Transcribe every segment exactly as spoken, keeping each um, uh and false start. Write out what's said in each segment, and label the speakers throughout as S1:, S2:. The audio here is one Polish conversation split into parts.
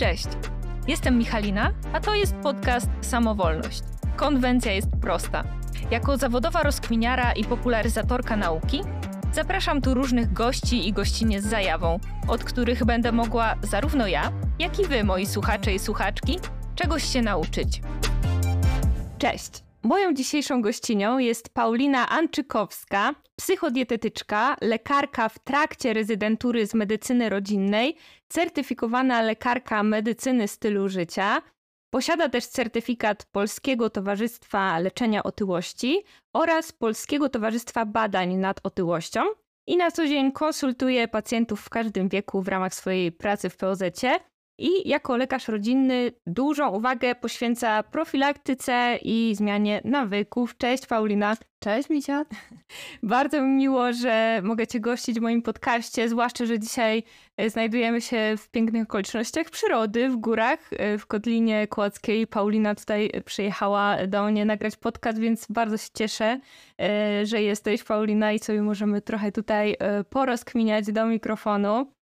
S1: Cześć, jestem Michalina, a to jest podcast Samowolność. Konwencja jest prosta. Jako zawodowa rozkminiara i popularyzatorka nauki zapraszam tu różnych gości i gościnie z zajawą, od których będę mogła zarówno ja, jak i wy, moi słuchacze i słuchaczki, czegoś się nauczyć. Cześć! Moją dzisiejszą gościnią jest Paulina Anczykowska, psychodietetyczka, lekarka w trakcie rezydentury z medycyny rodzinnej, certyfikowana lekarka medycyny stylu życia. Posiada też certyfikat Polskiego Towarzystwa Leczenia Otyłości oraz Polskiego Towarzystwa Badań nad Otyłością i na co dzień konsultuje pacjentów w każdym wieku w ramach swojej pracy w P O Z-cie. I jako lekarz rodzinny dużą uwagę poświęca profilaktyce i zmianie nawyków. Cześć Paulina.
S2: Cześć Misia.
S1: Bardzo mi miło, że mogę Cię gościć w moim podcaście, zwłaszcza, że dzisiaj znajdujemy się w pięknych okolicznościach przyrody, w górach, w Kotlinie Kołackiej. Paulina tutaj przyjechała do mnie nagrać podcast, więc bardzo się cieszę, że jesteś, Paulina, i sobie możemy trochę tutaj porozkminiać do mikrofonu.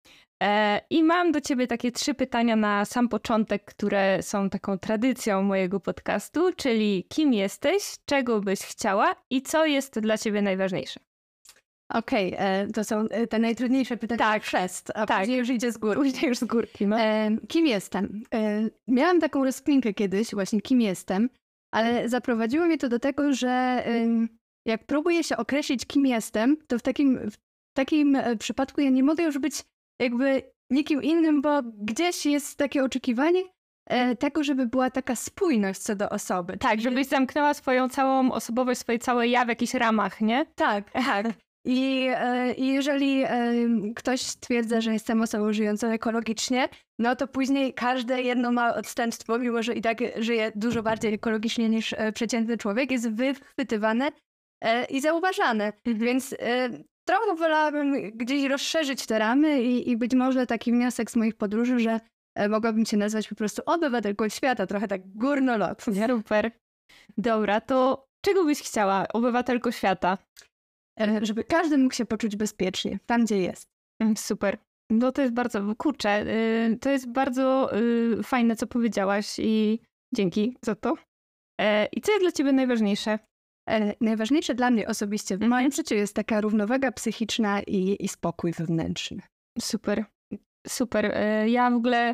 S1: I mam do ciebie takie trzy pytania na sam początek, które są taką tradycją mojego podcastu, czyli kim jesteś, czego byś chciała i co jest dla ciebie najważniejsze?
S2: Okej, okay, to są te najtrudniejsze pytania.
S1: Tak,
S2: sześć, a
S1: tak.
S2: później już idzie z góry.
S1: Później już z górki, no.
S2: E, kim jestem? E, miałam taką rozkminkę kiedyś, właśnie kim jestem, ale zaprowadziło mnie to do tego, że e, jak próbuję się określić, kim jestem, to w takim, w takim przypadku ja nie mogę już być jakby nikim innym, bo gdzieś jest takie oczekiwanie e, tego, żeby była taka spójność co do osoby.
S1: Tak, żebyś zamknęła swoją całą osobowość, swoje całe ja w jakichś ramach, nie?
S2: Tak, tak. I, e, i jeżeli e, ktoś stwierdza, że jestem osobą żyjącą ekologicznie, no to później każde jedno małe odstępstwo, mimo że i tak żyje dużo bardziej ekologicznie niż e, przeciętny człowiek, jest wychwytywane e, i zauważane. Mhm. Więc e, trochę wolałabym gdzieś rozszerzyć te ramy i, i być może taki wniosek z moich podróży, że e, mogłabym się nazwać po prostu obywatelką świata, trochę tak górnolotnie.
S1: Super. Dobra, to czego byś chciała, obywatelko świata?
S2: E, żeby każdy mógł się poczuć bezpiecznie, tam gdzie jest.
S1: Super. No to jest bardzo, kurczę, yy, to jest bardzo yy, fajne, co powiedziałaś i dzięki za to. E, I co jest dla ciebie najważniejsze?
S2: E, najważniejsze dla mnie osobiście w moim życiu jest taka równowaga psychiczna i, i spokój wewnętrzny.
S1: Super, super. E, ja w ogóle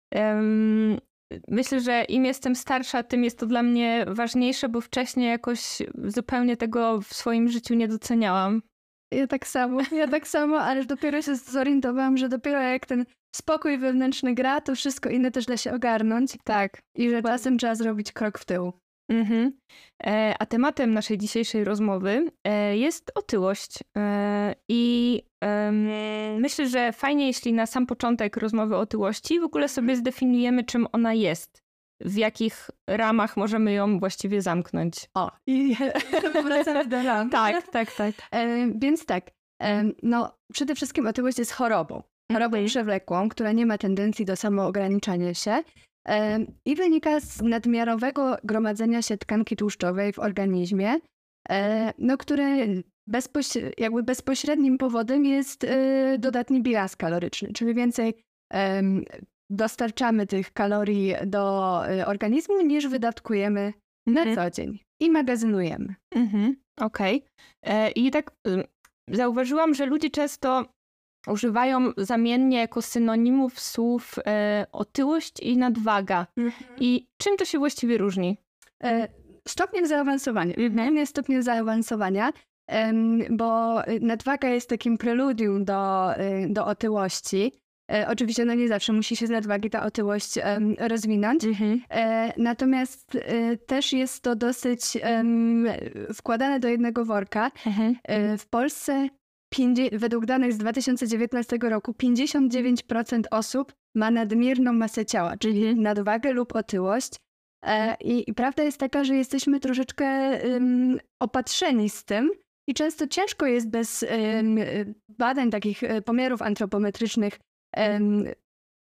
S1: um, myślę, że im jestem starsza, tym jest to dla mnie ważniejsze, bo wcześniej jakoś zupełnie tego w swoim życiu nie doceniałam.
S2: Ja tak samo, ja tak samo, ale dopiero się zorientowałam, że dopiero jak ten spokój wewnętrzny gra, to wszystko inne też da się ogarnąć.
S1: Tak.
S2: I że czasem trzeba zrobić krok w tył.
S1: Mhm. E, a tematem naszej dzisiejszej rozmowy e, jest otyłość. E, I e, myślę, że fajnie, jeśli na sam początek rozmowy o otyłości w ogóle sobie zdefiniujemy, czym ona jest. W jakich ramach możemy ją właściwie zamknąć.
S2: O, i wracamy do ram.
S1: Tak, tak, tak.
S2: E, więc tak, e, no przede wszystkim otyłość jest chorobą. Chorobą
S1: Mhm.
S2: przewlekłą, która nie ma tendencji do samoograniczania się e, i wynika z nadmiarowego gromadzenia się tkanki tłuszczowej w organizmie, e, no, które bezpoś- jakby bezpośrednim powodem jest e, dodatni bilans kaloryczny, czyli więcej e, dostarczamy tych kalorii do y, organizmu, niż wydatkujemy
S1: Mhm.
S2: na co dzień i magazynujemy.
S1: Mhm. Okej. Okay. I tak y, zauważyłam, że ludzie często używają zamiennie jako synonimów słów y, otyłość i nadwaga.
S2: Mhm.
S1: I czym to się właściwie różni?
S2: E, stopniem zaawansowania. Mhm. Stopniem zaawansowania, em, bo nadwaga jest takim preludium do, y, do otyłości. E, oczywiście no nie zawsze musi się z nadwagi ta otyłość um, rozwinąć. Mhm. E, natomiast e, też jest to dosyć um, wkładane do jednego worka. Mhm. E, w Polsce pięćdziesiąt, według danych z dwa tysiące dziewiętnastego roku pięćdziesiąt dziewięć procent osób ma nadmierną masę ciała, czyli mhm. nadwagę lub otyłość. E, i, I prawda jest taka, że jesteśmy troszeczkę um, opatrzeni z tym i często ciężko jest bez um, badań takich pomiarów antropometrycznych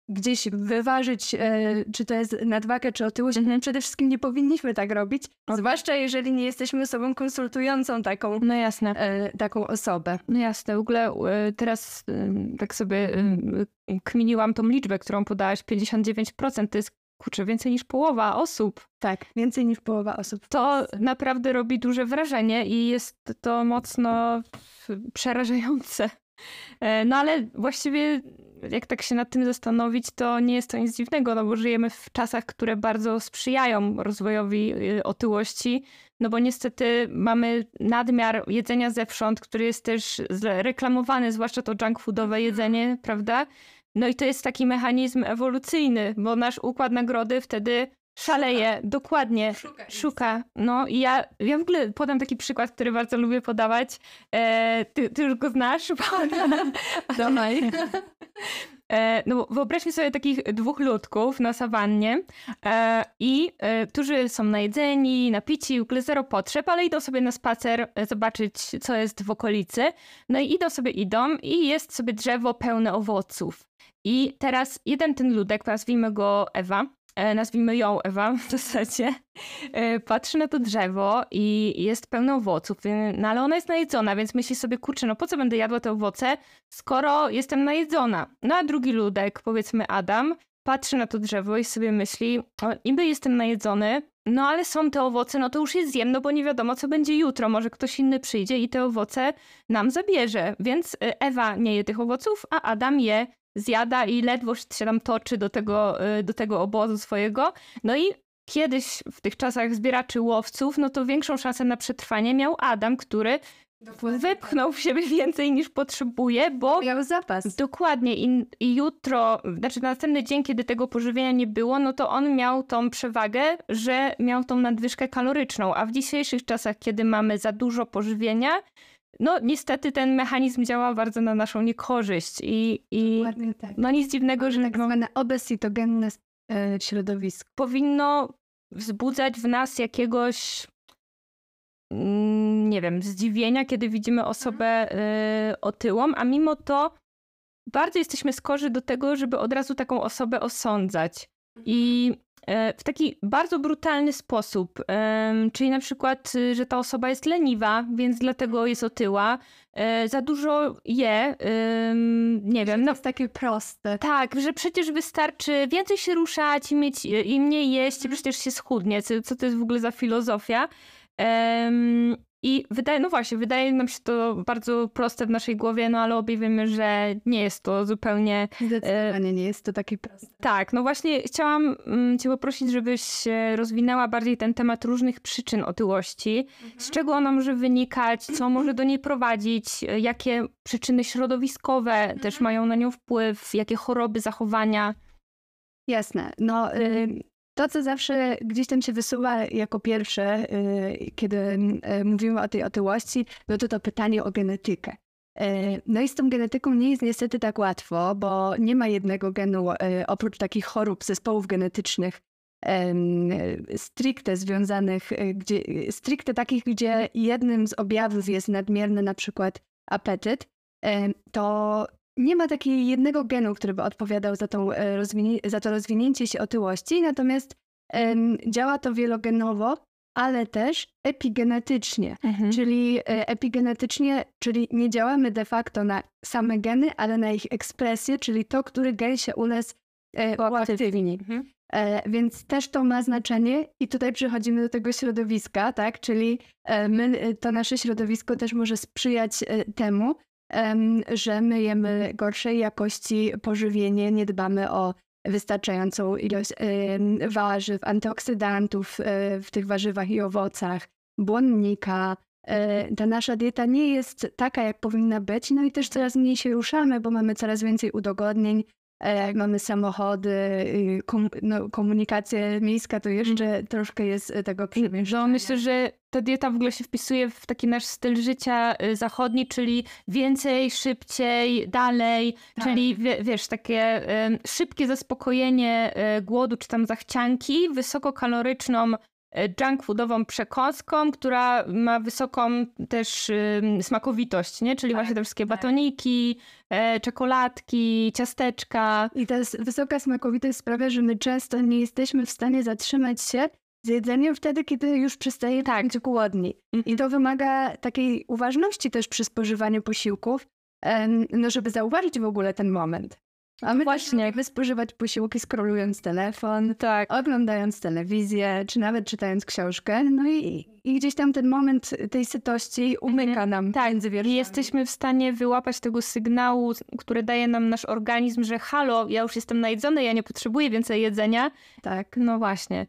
S2: gdzieś wyważyć, e, czy to jest nadwaga, czy otyłość, mhm. przede wszystkim nie powinniśmy tak robić, okay. zwłaszcza jeżeli nie jesteśmy osobą konsultującą taką,
S1: no jasne.
S2: E, taką osobę.
S1: No jasne, w ogóle e, teraz e, tak sobie e, kminiłam tą liczbę, którą podałaś, pięćdziesiąt dziewięć procent, to jest kurczę, więcej niż połowa osób.
S2: Tak, więcej niż połowa osób.
S1: To naprawdę robi duże wrażenie i jest to mocno przerażające. No ale właściwie jak tak się nad tym zastanowić, to nie jest to nic dziwnego, no bo żyjemy w czasach, które bardzo sprzyjają rozwojowi otyłości, no bo niestety mamy nadmiar jedzenia zewsząd, który jest też reklamowany, zwłaszcza to junk foodowe jedzenie, prawda? No i to jest taki mechanizm ewolucyjny, bo nasz układ nagrody wtedy szaleje, szuka. dokładnie, szuka. szuka. No i ja, ja w ogóle podam taki przykład, który bardzo lubię podawać. E, ty, ty już go znasz?
S2: Dawaj.
S1: E, no wyobraźmy sobie takich dwóch ludków na sawannie e, i e, którzy są najedzeni, napici, w ogóle zero potrzeb, ale idą sobie na spacer e, zobaczyć, co jest w okolicy. No i idą sobie, idą i jest sobie drzewo pełne owoców. I teraz jeden ten ludek, nazwijmy go Ewa, e, nazwijmy ją Ewa w zasadzie, e, patrzy na to drzewo i jest pełne owoców, no ale ona jest najedzona, więc myśli sobie, kurczę, no po co będę jadła te owoce, skoro jestem najedzona. No a drugi ludek, powiedzmy Adam, patrzy na to drzewo i sobie myśli, o, niby jestem najedzony, no ale są te owoce, no to już je zjem, no bo nie wiadomo, co będzie jutro, może ktoś inny przyjdzie i te owoce nam zabierze. Więc Ewa nie je tych owoców, a Adam je zjada i ledwo się tam toczy do tego, do tego obozu swojego. No i kiedyś w tych czasach zbieraczy łowców, no to większą szansę na przetrwanie miał Adam, który dokładnie wypchnął w siebie więcej niż potrzebuje, bo
S2: miał zapas.
S1: Dokładnie i, i jutro, znaczy następny dzień, kiedy tego pożywienia nie było, no to on miał tą przewagę, że miał tą nadwyżkę kaloryczną, a w dzisiejszych czasach, kiedy mamy za dużo pożywienia, no niestety ten mechanizm działa bardzo na naszą niekorzyść i, i
S2: tak.
S1: no nic dziwnego, że
S2: tak zwane obesitogenne e, środowisko
S1: powinno wzbudzać w nas jakiegoś nie wiem, zdziwienia, kiedy widzimy osobę y, otyłą, a mimo to bardzo jesteśmy skorzy do tego, żeby od razu taką osobę osądzać. I y, w taki bardzo brutalny sposób, y, czyli na przykład, y, że ta osoba jest leniwa, więc dlatego jest otyła, y, za dużo je, y, nie wiem.
S2: To
S1: no
S2: jest takie proste.
S1: Tak, że przecież wystarczy więcej się ruszać i, mieć, i mniej jeść, i przecież się schudnie. Co, co to jest w ogóle za filozofia? Um, I wydaje, no właśnie, wydaje nam się to bardzo proste w naszej głowie, no ale obie wiemy, że nie jest to zupełnie...
S2: Zdecydowanie e, nie jest to takie proste.
S1: Tak, no właśnie chciałam um, cię poprosić, żebyś rozwinęła bardziej ten temat różnych przyczyn otyłości. Mhm. Z czego ona może wynikać, co może do niej prowadzić, jakie przyczyny środowiskowe mhm. też mają na nią wpływ, jakie choroby, zachowania.
S2: Jasne, no... Y- To, co zawsze gdzieś tam się wysuwa jako pierwsze, kiedy mówimy o tej otyłości, no to to pytanie o genetykę. No i z tą genetyką nie jest niestety tak łatwo, bo nie ma jednego genu, oprócz takich chorób, zespołów genetycznych, stricte związanych, gdzie, stricte takich, gdzie jednym z objawów jest nadmierny na przykład apetyt, to nie ma takiego jednego genu, który by odpowiadał za, tą, za to rozwinięcie się otyłości, natomiast um, działa to wielogenowo, ale też epigenetycznie, mhm. czyli e, epigenetycznie, czyli nie działamy de facto na same geny, ale na ich ekspresję, czyli to, który gen się u nas e, uaktywni. Mhm. E, więc też to ma znaczenie i tutaj przechodzimy do tego środowiska, tak? Czyli e, my, to nasze środowisko też może sprzyjać e, temu, że my jemy gorszej jakości pożywienie, nie dbamy o wystarczającą ilość warzyw, antyoksydantów w tych warzywach i owocach, błonnika. Ta nasza dieta nie jest taka, jak powinna być, no i też coraz mniej się ruszamy, bo mamy coraz więcej udogodnień, mamy samochody, kom, no, komunikacja miejska to jeszcze troszkę jest tego przemieszczania.
S1: No, myślę, że ta dieta w ogóle się wpisuje w taki nasz styl życia zachodni, czyli więcej, szybciej, dalej, tak. Czyli wiesz, takie y, szybkie zaspokojenie y, głodu czy tam zachcianki, wysokokaloryczną junk foodową przekąską, która ma wysoką też y, smakowitość, nie? Czyli
S2: tak,
S1: właśnie te wszystkie
S2: tak.
S1: batoniki, e, czekoladki, ciasteczka.
S2: I ta wysoka smakowitość sprawia, że my często nie jesteśmy w stanie zatrzymać się z jedzeniem wtedy, kiedy już przestajemy
S1: Tak.
S2: być głodni. I to wymaga takiej uważności też przy spożywaniu posiłków, em, no żeby zauważyć w ogóle ten moment. A my
S1: Właśnie.
S2: właśnie jakby spożywać posiłki scrollując telefon,
S1: Tak.
S2: oglądając telewizję, czy nawet czytając książkę. No i, i gdzieś tam ten moment tej sytości umyka nam
S1: Tak,
S2: między
S1: i
S2: wierszami.
S1: jesteśmy w stanie wyłapać tego sygnału, który daje nam nasz organizm, że halo, ja już jestem najedzony, ja nie potrzebuję więcej jedzenia.
S2: Tak.
S1: No właśnie.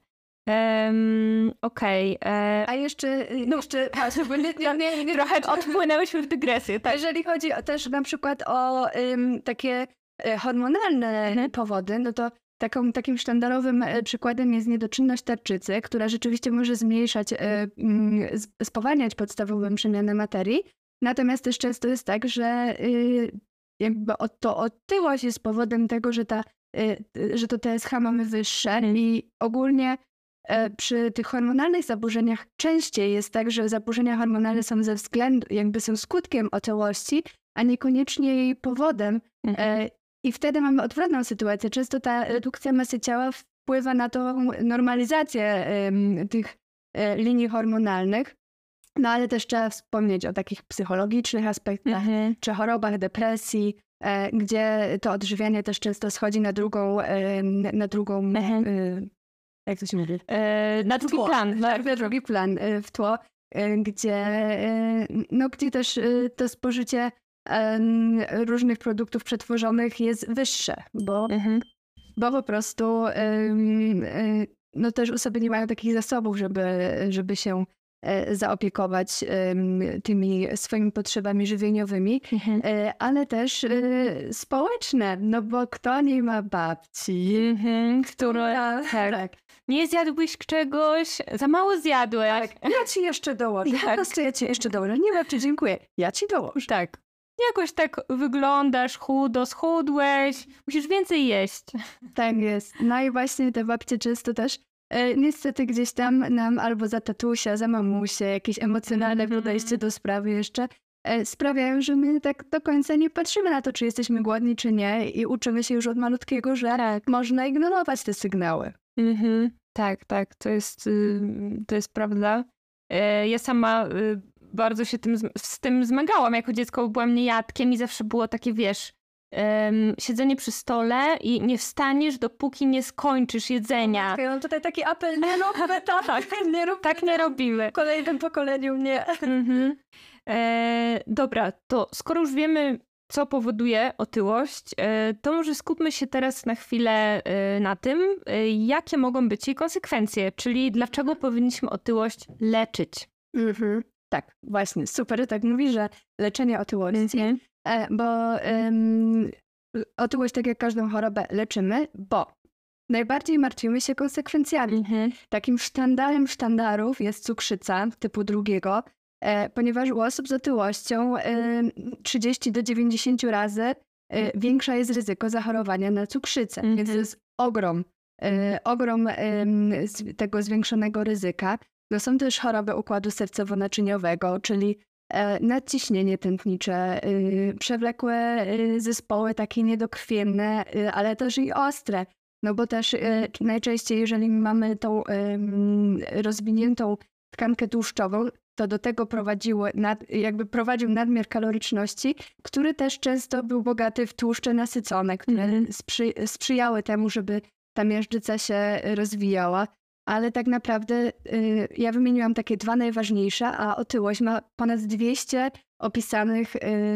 S1: Um, Okej. Okay. E...
S2: A jeszcze, no jeszcze a, żeby nie, nie, nie, nie,
S1: Trochę odpłynęłyśmy w dygresję, tak?
S2: jeżeli chodzi o, też na przykład o ym, takie e, hormonalne
S1: Mhm.
S2: powody, no to taką, takim sztandarowym e, przykładem jest niedoczynność tarczycy, która rzeczywiście może zmniejszać, e, mm, z- spowalniać podstawową przemianę materii. Natomiast też często jest tak, że y, jakby o- to otyłość jest powodem tego, że, ta, y, y, że to T S H mamy wyższe i ogólnie e, przy tych hormonalnych zaburzeniach częściej jest tak, że zaburzenia hormonalne są ze względu, jakby są skutkiem otyłości, a niekoniecznie jej powodem.
S1: Mhm.
S2: E, I wtedy mamy odwrotną sytuację. Często ta redukcja masy ciała wpływa na tą normalizację em, tych e, linii hormonalnych. No ale też trzeba wspomnieć o takich psychologicznych aspektach,
S1: Mhm.
S2: czy chorobach, depresji, e, gdzie to odżywianie też często schodzi na drugą, e, na drugą,
S1: Mhm.
S2: e, jak to się mówi?
S1: E, na drugi
S2: Tło.
S1: plan.
S2: Tak, na drugi plan e, w tło, e, gdzie, e, no, gdzie też e, to spożycie em, różnych produktów przetworzonych jest wyższe, bo,
S1: Mhm.
S2: bo po prostu em, e, no, też osoby nie mają takich zasobów, żeby, żeby się e, zaopiekować em, tymi swoimi potrzebami żywieniowymi,
S1: Mhm.
S2: e, ale też e, społeczne, no bo kto nie ma babci,
S1: Mhm.
S2: która...
S1: tak.
S2: tak.
S1: Nie zjadłbyś czegoś, za mało zjadłeś.
S2: Tak, ja ci jeszcze dołożę.
S1: Tak.
S2: Po prostu ja ci jeszcze dołożę. Nie babci, dziękuję. Ja ci dołożę.
S1: Tak. Jakoś tak wyglądasz chudo, schudłeś, musisz więcej jeść.
S2: Tak jest. No i właśnie te babcie często też e, niestety gdzieś tam nam albo za tatusia, za mamusie, jakieś emocjonalne
S1: Mhm.
S2: podejście do sprawy jeszcze e, sprawiają, że my tak do końca nie patrzymy na to, czy jesteśmy głodni, czy nie i uczymy się już od malutkiego, że
S1: Tak.
S2: można ignorować te sygnały.
S1: Mhm. Tak, tak, to jest, y, to jest prawda. E, Ja sama y, bardzo się tym, z- z tym zmagałam. Jako dziecko byłam niejadkiem i zawsze było takie, wiesz, em, siedzenie przy stole i nie wstaniesz, dopóki nie skończysz jedzenia.
S2: Ja mam tutaj taki apel, nie róbmy tak, nie róbmy
S1: Tak nie robimy.
S2: w kolejnym pokoleniu, nie.
S1: Mhm. E, dobra, to skoro już wiemy, co powoduje otyłość, e, to może skupmy się teraz na chwilę e, na tym, e, jakie mogą być jej konsekwencje, czyli dlaczego powinniśmy otyłość leczyć.
S2: Mhm. Tak, właśnie, super, że tak mówi, że leczenie otyłości, e, bo em, otyłość, tak jak każdą chorobę, leczymy, bo najbardziej martwimy się konsekwencjami.
S1: Mhm.
S2: Takim sztandarem sztandarów jest cukrzyca typu drugiego, e, ponieważ u osób z otyłością e, trzydzieści do dziewięćdziesięciu razy e, większe jest ryzyko zachorowania na cukrzycę,
S1: Mhm.
S2: więc to jest ogrom, e, ogrom em, z, tego zwiększonego ryzyka. No są też choroby układu sercowo-naczyniowego, czyli e, nadciśnienie tętnicze, y, przewlekłe y, zespoły takie niedokrwienne, y, ale też i ostre. No bo też y, najczęściej, jeżeli mamy tą ym, rozwiniętą tkankę tłuszczową, to do tego prowadziły nad, jakby prowadził nadmiar kaloryczności, który też często był bogaty w tłuszcze nasycone, które
S1: Mhm.
S2: sprzy, sprzyjały temu, żeby ta miażdżyca się rozwijała. Ale tak naprawdę y, ja wymieniłam takie dwa najważniejsze, a otyłość ma ponad dwieście opisanych y,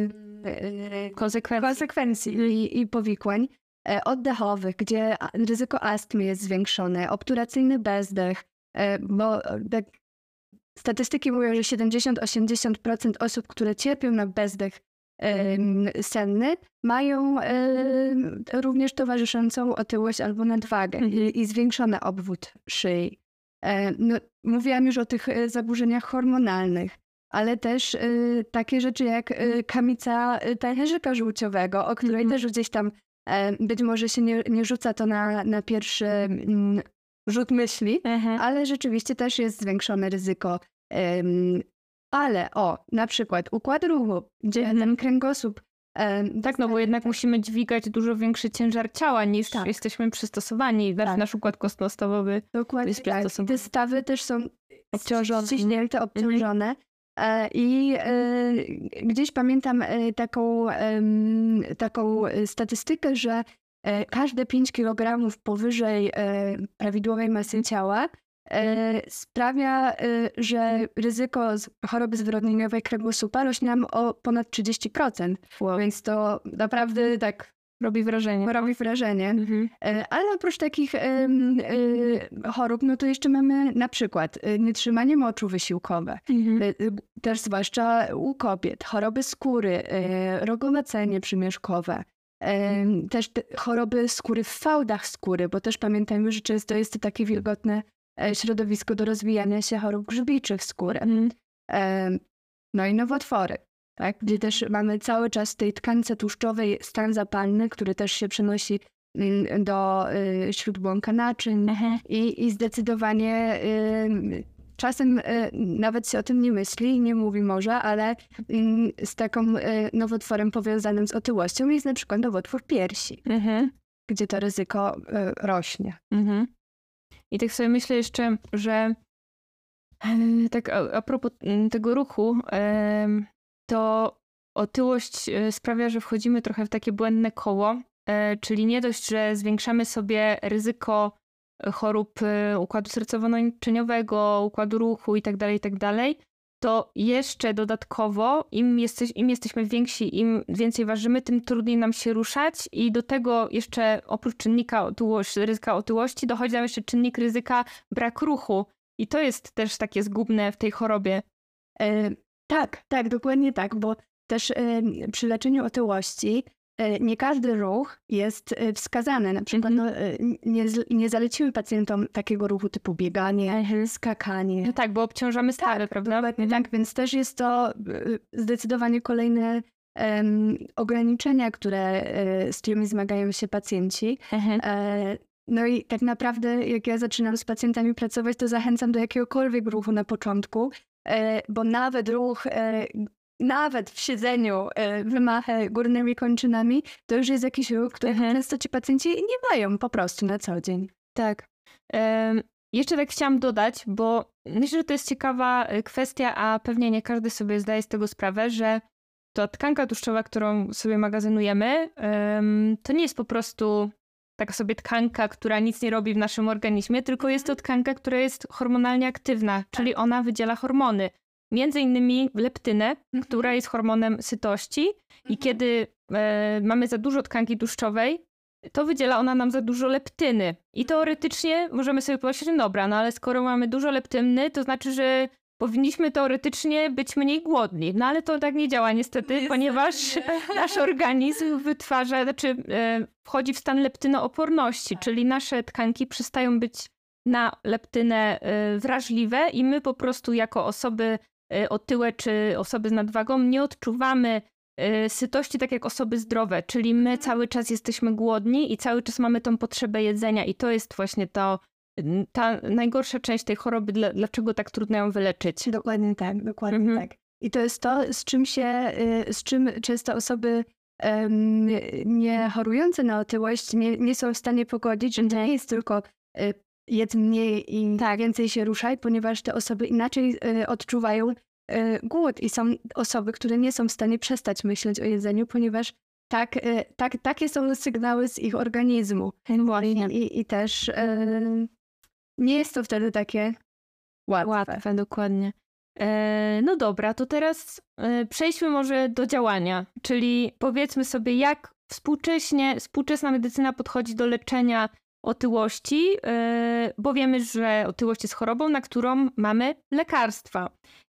S2: y,
S1: Konsekwencje.
S2: konsekwencji i, i powikłań e, oddechowych, gdzie a- ryzyko astmy jest zwiększone, obturacyjny bezdech, e, bo e, tak, statystyki mówią, że siedemdziesiąt do osiemdziesięciu procent osób, które cierpią na bezdech em, senny, mają em, również towarzyszącą otyłość albo nadwagę i, i zwiększony obwód szyi. E, no, mówiłam już o tych e, zaburzeniach hormonalnych, ale też e, takie rzeczy jak e, kamica e, pęcherzyka żółciowego, o której
S1: Mhm.
S2: też gdzieś tam e, być może się nie, nie rzuca to na, na pierwszy mm, rzut myśli,
S1: Mhm.
S2: ale rzeczywiście też jest zwiększone ryzyko. Em, ale o, na przykład układ ruchu, gdzie
S1: Mhm.
S2: ten kręgosłup. em,
S1: Tak, no bo jednak musimy dźwigać dużo większy ciężar ciała niż
S2: Tak.
S1: jesteśmy przystosowani. Nasz,
S2: Tak.
S1: nasz układ kostno-stawowy
S2: Dokładnie
S1: jest
S2: tak. I
S1: przystosowany.
S2: te stawy też są
S1: Obciążone.
S2: ściśnięte, obciążone. E, I e, gdzieś pamiętam e, taką, em, taką e, statystykę, że e, każde pięć kilogramów powyżej e, prawidłowej masy ciała e, sprawia, e, że ryzyko z choroby zwyrodnieniowej kręgosłupa rośnie nam o ponad trzydzieści procent.
S1: Wow.
S2: Więc to naprawdę tak
S1: Robi wrażenie.
S2: robi wrażenie.
S1: Mhm.
S2: E, Ale oprócz takich em, e, chorób, no to jeszcze mamy na przykład e, nietrzymanie moczu wysiłkowe.
S1: Mhm.
S2: E, e, Też zwłaszcza u kobiet, choroby skóry, e, rogowacenie przymierzchowe. E, Też te choroby skóry w fałdach skóry, bo też pamiętajmy, że często jest to takie wilgotne e, środowisko do rozwijania się chorób grzybiczych skóry.
S1: Mhm.
S2: E, No i nowotwory, tak? Gdzie też mamy cały czas w tej tkance tłuszczowej stan zapalny, który też się przenosi mm, do y, śródbłąka naczyń
S1: Mhm.
S2: i, i zdecydowanie y, czasem y, nawet się o tym nie myśli, nie mówi może, ale y, z taką y, nowotworem powiązanym z otyłością jest na przykład nowotwór piersi,
S1: Mhm.
S2: gdzie to ryzyko y, rośnie.
S1: Mhm. I tak sobie myślę jeszcze, że e, tak a, a propos m, tego ruchu, em, to otyłość e, sprawia, że wchodzimy trochę w takie błędne koło, e, czyli nie dość, że zwiększamy sobie ryzyko chorób e, układu sercowo-naczyniowego, układu ruchu itd., itd., to jeszcze dodatkowo im, jesteś, im jesteśmy więksi, im więcej ważymy, tym trudniej nam się ruszać i do tego jeszcze oprócz czynnika otyłości, ryzyka otyłości dochodzi nam jeszcze czynnik ryzyka brak ruchu. I to jest też takie zgubne w tej chorobie.
S2: E, tak, tak, dokładnie tak, bo też e, przy leczeniu otyłości e, nie każdy ruch jest e, wskazany. Na przykład
S1: Mhm.
S2: no, e, nie, z- nie zalecimy pacjentom takiego ruchu typu bieganie, skakanie.
S1: No tak, bo obciążamy stawy, prawda?
S2: Dokładnie tak, więc też jest to e, zdecydowanie kolejne em, ograniczenia, które, e, z którymi zmagają się pacjenci.
S1: Mhm.
S2: E, No i tak naprawdę, jak ja zaczynam z pacjentami pracować, to zachęcam do jakiegokolwiek ruchu na początku, e, bo nawet ruch, e, nawet w siedzeniu, e, wymachę górnymi kończynami, to już jest jakiś ruch, który
S1: Mhm.
S2: często ci pacjenci nie mają po prostu na co dzień.
S1: Tak. Em, jeszcze tak chciałam dodać, bo myślę, że to jest ciekawa y, kwestia, a pewnie nie każdy sobie zdaje z tego sprawę, że ta tkanka tłuszczowa, którą sobie magazynujemy, em, to nie jest po prostu taka sobie tkanka, która nic nie robi w naszym organizmie, tylko jest to tkanka, która jest hormonalnie aktywna, czyli ona wydziela hormony. Między innymi leptynę, która jest hormonem sytości i kiedy e, mamy za dużo tkanki tłuszczowej, to wydziela ona nam za dużo leptyny. I teoretycznie możemy sobie pomyśleć, no dobra, no ale skoro mamy dużo leptyny, to znaczy, że powinniśmy teoretycznie być mniej głodni. No ale to tak nie działa niestety,
S2: Niestety
S1: ponieważ nasz organizm wytwarza, znaczy e, wchodzi w stan leptynooporności, czyli nasze tkanki przestają być na leptynę e, wrażliwe i my po prostu jako osoby e, otyłe czy osoby z nadwagą nie odczuwamy e, sytości tak jak osoby zdrowe, czyli my cały czas jesteśmy głodni i cały czas mamy tą potrzebę jedzenia i to jest właśnie to, ta najgorsza część tej choroby, dla, dlaczego tak trudno ją wyleczyć.
S2: Dokładnie tak, dokładnie
S1: Mhm.
S2: tak. I to jest to, z czym się, y, z czym często osoby em, nie chorujące na otyłość nie, nie są w stanie pogodzić, że to nie jest tylko y, jedz mniej i więcej się ruszaj, ponieważ te osoby inaczej y, odczuwają y, głód i są osoby, które nie są w stanie przestać myśleć o jedzeniu, ponieważ tak, y, tak, takie są sygnały z ich organizmu.
S1: Właśnie.
S2: I, i też y, nie jest to wtedy takie łatwe.
S1: Łatwe, dokładnie. E, no dobra, to teraz e, przejdźmy może do działania, czyli powiedzmy sobie, jak współcześnie, współczesna medycyna podchodzi do leczenia otyłości, e, bo wiemy, że otyłość jest chorobą, na którą mamy lekarstwa.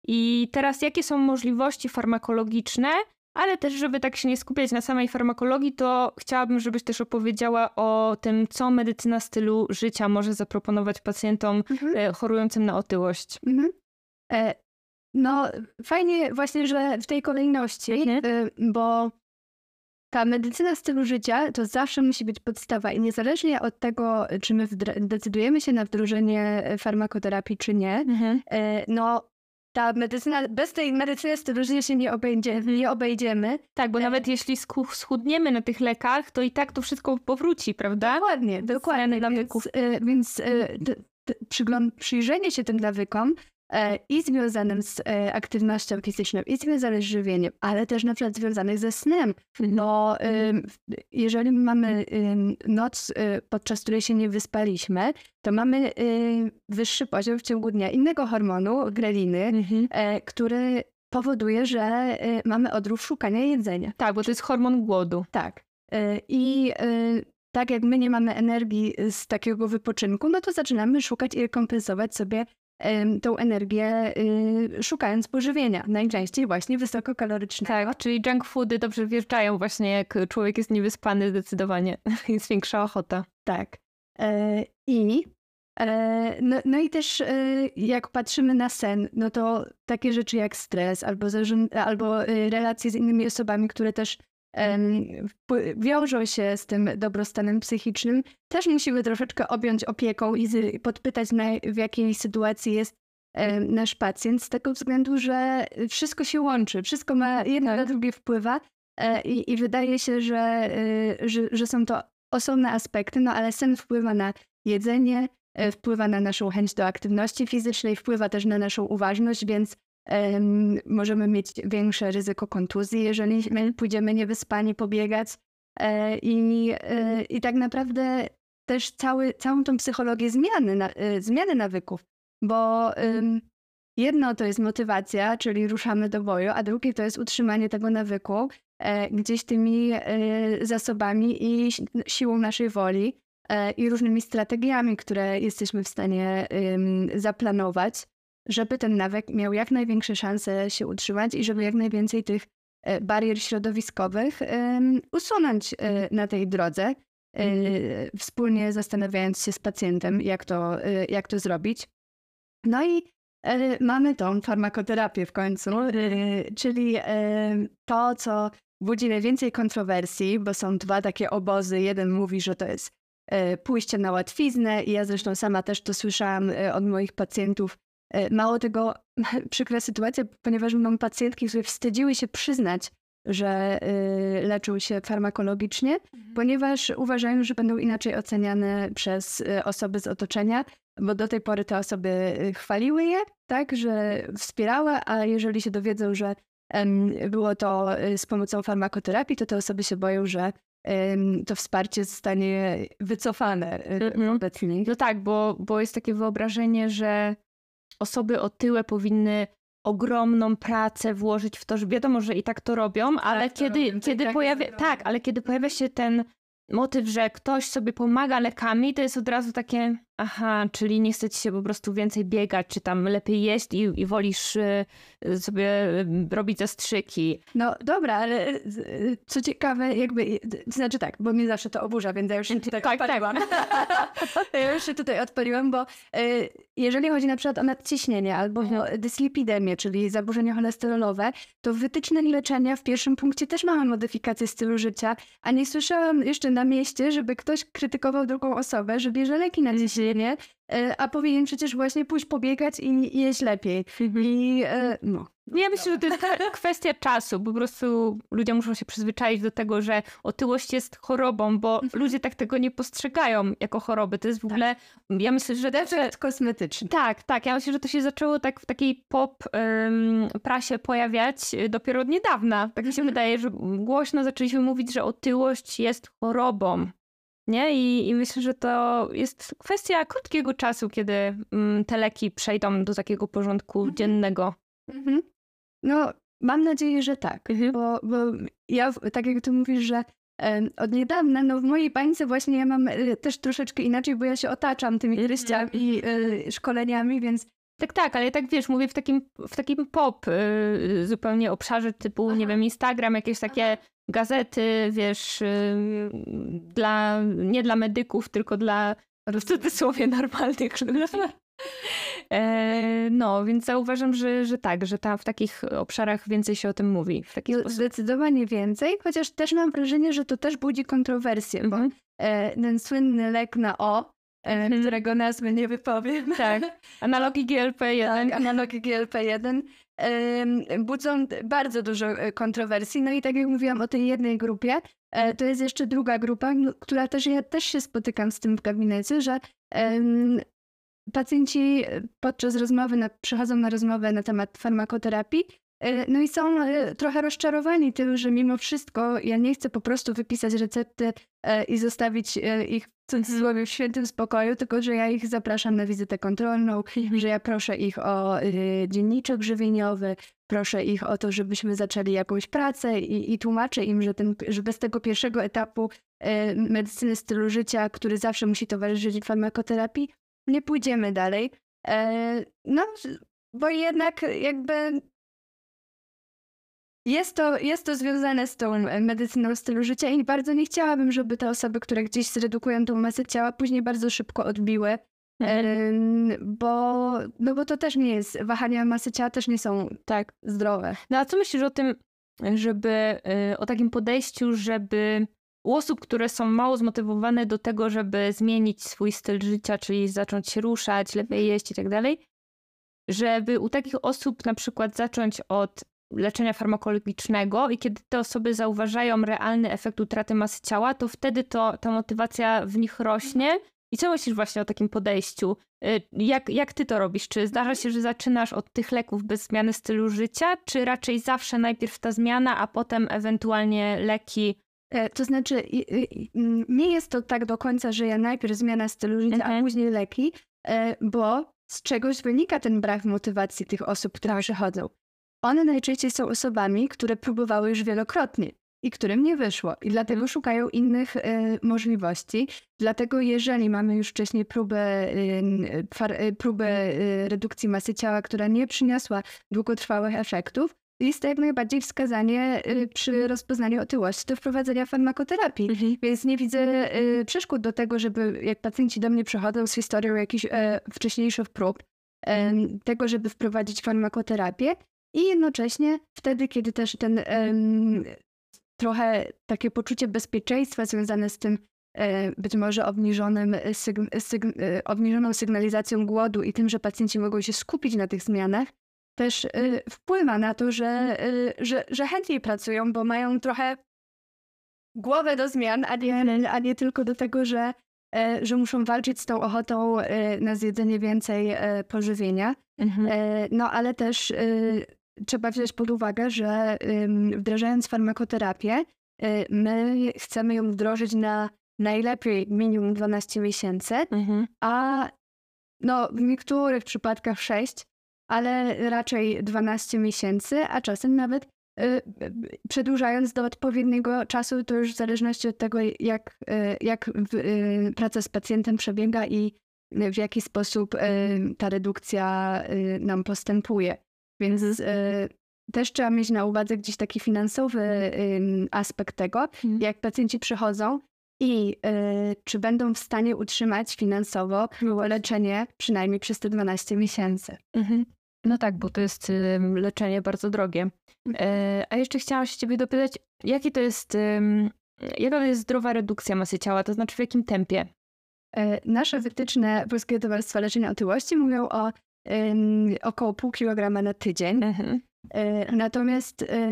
S1: I teraz jakie są możliwości farmakologiczne, ale też, żeby tak się nie skupiać na samej farmakologii, to chciałabym, żebyś też opowiedziała o tym, co medycyna stylu życia może zaproponować pacjentom
S2: Mhm.
S1: e, chorującym na otyłość.
S2: Mhm. E, no, fajnie właśnie, że w tej kolejności,
S1: Mhm.
S2: y, bo ta medycyna stylu życia to zawsze musi być podstawa i niezależnie od tego, czy my wdra- decydujemy się na wdrożenie farmakoterapii, czy nie,
S1: Mhm.
S2: e, no ta medycyna, bez tej medycyny stylu życia się nie, obejdzie, nie obejdziemy.
S1: Tak, bo
S2: E,
S1: nawet jeśli sku- schudniemy na tych lekach, to i tak to wszystko powróci, prawda?
S2: Dokładnie, dokładnie. Więc, e, więc e, d- d- przygląd- przyjrzenie się tym nawykom e, i związanym z e, aktywnością fizyczną, i związanym z żywieniem, ale też na przykład związanych ze snem. No, ym, w- jeżeli mamy ym, noc, y, podczas której się nie wyspaliśmy, to mamy y, wyższy poziom w ciągu dnia innego hormonu, greliny,
S1: Mhm.
S2: e, który powoduje, że y, mamy odruch szukania jedzenia.
S1: Tak, bo to jest hormon głodu.
S2: Tak. Y, I y, tak jak my nie mamy energii z takiego wypoczynku, no to zaczynamy szukać i rekompensować sobie em, tą energię, y, szukając pożywienia. Najczęściej właśnie wysokokalorycznego.
S1: Tak, czyli junk foody dobrze wjeżdżają właśnie jak człowiek jest niewyspany zdecydowanie. Jest większa ochota.
S2: Tak. E, I e, no, no i też e, jak patrzymy na sen, no to takie rzeczy jak stres albo, zarząd, albo e, relacje z innymi osobami, które też em, wpły- wiążą się z tym dobrostanem psychicznym, też musimy troszeczkę objąć opieką i z, podpytać, na, w jakiej sytuacji jest em, nasz pacjent, z tego względu, że wszystko się łączy, wszystko ma jedno na drugie wpływa e, i, i wydaje się, że, e, że, że są to osobne aspekty, no ale sen wpływa na jedzenie, e, wpływa na naszą chęć do aktywności fizycznej, wpływa też na naszą uważność, więc em, możemy mieć większe ryzyko kontuzji, jeżeli my pójdziemy niewyspani pobiegać. E, i, e, I tak naprawdę też cały, całą tą psychologię zmiany, na, e, zmiany nawyków, bo em, jedno to jest motywacja, czyli ruszamy do boju, a drugie to jest utrzymanie tego nawyku e, gdzieś tymi e, zasobami i si- siłą naszej woli e, i różnymi strategiami, które jesteśmy w stanie em, zaplanować, żeby ten nawyk miał jak największe szanse się utrzymać i żeby jak najwięcej tych e, barier środowiskowych em, usunąć e, na tej drodze, e, wspólnie zastanawiając się z pacjentem, jak to, e, jak to zrobić. No i e, mamy tą farmakoterapię w końcu, e, czyli e, to, co budzi najwięcej kontrowersji, bo są dwa takie obozy. Jeden mówi, że to jest e, pójście na łatwiznę i ja zresztą sama też to słyszałam e, od moich pacjentów. E, mało tego, przykra sytuacja, ponieważ mam pacjentki, które wstydziły się przyznać, że e, leczą się farmakologicznie, ponieważ uważają, że będą inaczej oceniane przez e, osoby z otoczenia, bo do tej pory te osoby y, chwaliły je, tak, że wspierały, a jeżeli się dowiedzą, że em, było to y, z pomocą farmakoterapii, to te osoby się boją, że em, to wsparcie zostanie wycofane y,
S1: Mhm.
S2: wobec nich.
S1: No tak, bo, bo jest takie wyobrażenie, że osoby otyłe powinny ogromną pracę włożyć w to, że wiadomo, że i tak to robią, ale
S2: to
S1: kiedy,
S2: robią, to i
S1: kiedy
S2: tak
S1: pojawia,
S2: jest robią.
S1: tak, ale kiedy pojawia się ten motyw, że ktoś sobie pomaga lekami, to jest od razu takie, aha, czyli nie chce ci się po prostu więcej biegać, czy tam lepiej jeść i, i wolisz y, y, sobie y, robić zastrzyki.
S2: No dobra, ale y, y, co ciekawe, jakby, y, to znaczy tak, bo mnie zawsze to oburza, więc ja już się tutaj
S1: Tak, tak.
S2: odpaliłam. Ja już się tutaj odpaliłam, bo y, jeżeli chodzi na przykład o nadciśnienie albo o dyslipidemię, czyli zaburzenia cholesterolowe, to w wytycznych leczenia w pierwszym punkcie też mamy modyfikację stylu życia, a nie słyszałam jeszcze na mieście, żeby ktoś krytykował drugą osobę, że bierze leki na ciśnienie, y, a powinien przecież właśnie pójść pobiegać i, i jeść lepiej. I y, no.
S1: Ja myślę, że to jest kwestia czasu. Po prostu ludzie muszą się przyzwyczaić do tego, że otyłość jest chorobą, bo ludzie tak tego nie postrzegają jako choroby. To jest w ogóle, ja myślę, że...
S2: Defekt kosmetyczny.
S1: Tak, tak. Ja myślę, że to się zaczęło tak w takiej pop ym, prasie pojawiać y, dopiero od niedawna. Tak mi się wydaje, że głośno zaczęliśmy mówić, że otyłość jest chorobą. Nie? I, I myślę, że to jest kwestia krótkiego czasu, kiedy ym, te leki przejdą do takiego porządku
S2: Mhm.
S1: dziennego.
S2: Mhm. No, mam nadzieję, że tak,
S1: Mhm.
S2: bo, bo ja, w- tak jak ty mówisz, że em, od niedawna, no w mojej bańce właśnie ja mam e, też troszeczkę inaczej, bo ja się otaczam tymi
S1: Mhm.
S2: treściami i e, szkoleniami, więc
S1: Tak, tak, ale ja tak wiesz, mówię w takim, w takim pop y, zupełnie obszarze typu, nie
S2: Aha.
S1: wiem, Instagram, jakieś takie gazety, wiesz, y, dla, nie dla medyków, tylko dla w cudzysłowie normalnych ludzi. E, no, więc zauważam, że, że tak, że tam w takich obszarach więcej się o tym mówi. W taki sposób.
S2: Zdecydowanie więcej, chociaż też mam wrażenie, że to też budzi kontrowersję,
S1: Mhm.
S2: bo e, ten słynny lek na O, e,
S1: Mhm.
S2: którego nazwy nie wypowiem.
S1: Tak, analogii G L P jeden.
S2: Tak, analogii G L P jeden em, budzą bardzo dużo e, kontrowersji. No i tak jak mówiłam o tej jednej grupie, e, to jest jeszcze druga grupa, no, która też, ja też się spotykam z tym w gabinecie, że em, pacjenci podczas rozmowy, na, przychodzą na rozmowę na temat farmakoterapii, e, no i są e, trochę rozczarowani tym, że mimo wszystko ja nie chcę po prostu wypisać recepty e, i zostawić e, ich w cudzysłowie w świętym spokoju, tylko że ja ich zapraszam na wizytę kontrolną, że ja proszę ich o y, dzienniczek żywieniowy, proszę ich o to, żebyśmy zaczęli jakąś pracę i, i tłumaczę im, że, ten, że bez tego pierwszego etapu y, medycyny stylu życia, który zawsze musi towarzyszyć farmakoterapii, nie pójdziemy dalej. E, no, bo jednak jakby jest to, jest to związane z tą medycyną stylu życia i bardzo nie chciałabym, żeby te osoby, które gdzieś zredukują tą masę ciała, później bardzo szybko odbiły, em, bo, no bo to też nie jest, wahania masy ciała też nie są tak zdrowe.
S1: No a co myślisz o tym, żeby, y, o takim podejściu, żeby u osób, które są mało zmotywowane do tego, żeby zmienić swój styl życia, czyli zacząć się ruszać, lepiej jeść i tak dalej, żeby u takich osób na przykład zacząć od leczenia farmakologicznego i kiedy te osoby zauważają realny efekt utraty masy ciała, to wtedy to, ta motywacja w nich rośnie. I co myślisz właśnie o takim podejściu? Y, Jak, jak ty to robisz? Czy zdarza się, że zaczynasz od tych leków bez zmiany stylu życia, czy raczej zawsze najpierw ta zmiana, a potem ewentualnie leki?
S2: E, To znaczy, i- i- mm, nie jest to tak do końca, że ja najpierw zmiana stylu życia, a
S1: Mhm.
S2: później leki, e, bo z czegoś wynika ten brak motywacji tych osób, które przychodzą. One najczęściej są osobami, które próbowały już wielokrotnie i którym nie wyszło i dlatego
S1: Mhm.
S2: szukają innych e, możliwości. Dlatego jeżeli mamy już wcześniej próbę, y, far, y, próbę y, redukcji masy ciała, która nie przyniosła długotrwałych efektów, jest to jak najbardziej wskazanie y, przy rozpoznaniu otyłości do wprowadzenia farmakoterapii.
S1: Mhm.
S2: Więc nie widzę y, przeszkód do tego, żeby jak pacjenci do mnie przychodzą z historią jakichś e, wcześniejszych prób, em, tego, żeby wprowadzić farmakoterapię i jednocześnie wtedy, kiedy też ten em, trochę takie poczucie bezpieczeństwa związane z tym e, być może obniżonym syg- syg- e, obniżoną sygnalizacją głodu i tym, że pacjenci mogą się skupić na tych zmianach, też e, wpływa na to, że, e, że, że chętniej pracują, bo mają trochę głowę do zmian, a nie, a nie tylko do tego, że, e, że muszą walczyć z tą ochotą e, na zjedzenie więcej e, pożywienia.
S1: Mhm.
S2: E, No ale też y, trzeba wziąć pod uwagę, że ym, wdrażając farmakoterapię, y, my chcemy ją wdrożyć na najlepiej minimum dwanaście miesięcy,
S1: Mhm.
S2: a no, w niektórych przypadkach sześć, ale raczej dwanaście miesięcy, a czasem nawet y, y, przedłużając do odpowiedniego czasu, to już w zależności od tego, jak, y, jak w, y, praca z pacjentem przebiega i w jaki sposób y, ta redukcja y, nam postępuje. Więc y, też trzeba mieć na uwadze gdzieś taki finansowy y, aspekt tego,
S1: Mhm.
S2: jak pacjenci przychodzą i y, czy będą w stanie utrzymać finansowo leczenie przynajmniej przez te dwanaście miesięcy.
S1: Mhm. No tak, bo to jest ym, leczenie bardzo drogie. E, a jeszcze chciałam się ciebie dopytać, jaki to jest, ym, jaka to jest zdrowa redukcja masy ciała, to znaczy w jakim tempie?
S2: E, Nasze wytyczne Polskiego Towarzystwa Leczenia Otyłości mówią o ym, około pół kilograma na tydzień.
S1: Mhm.
S2: E, Natomiast e,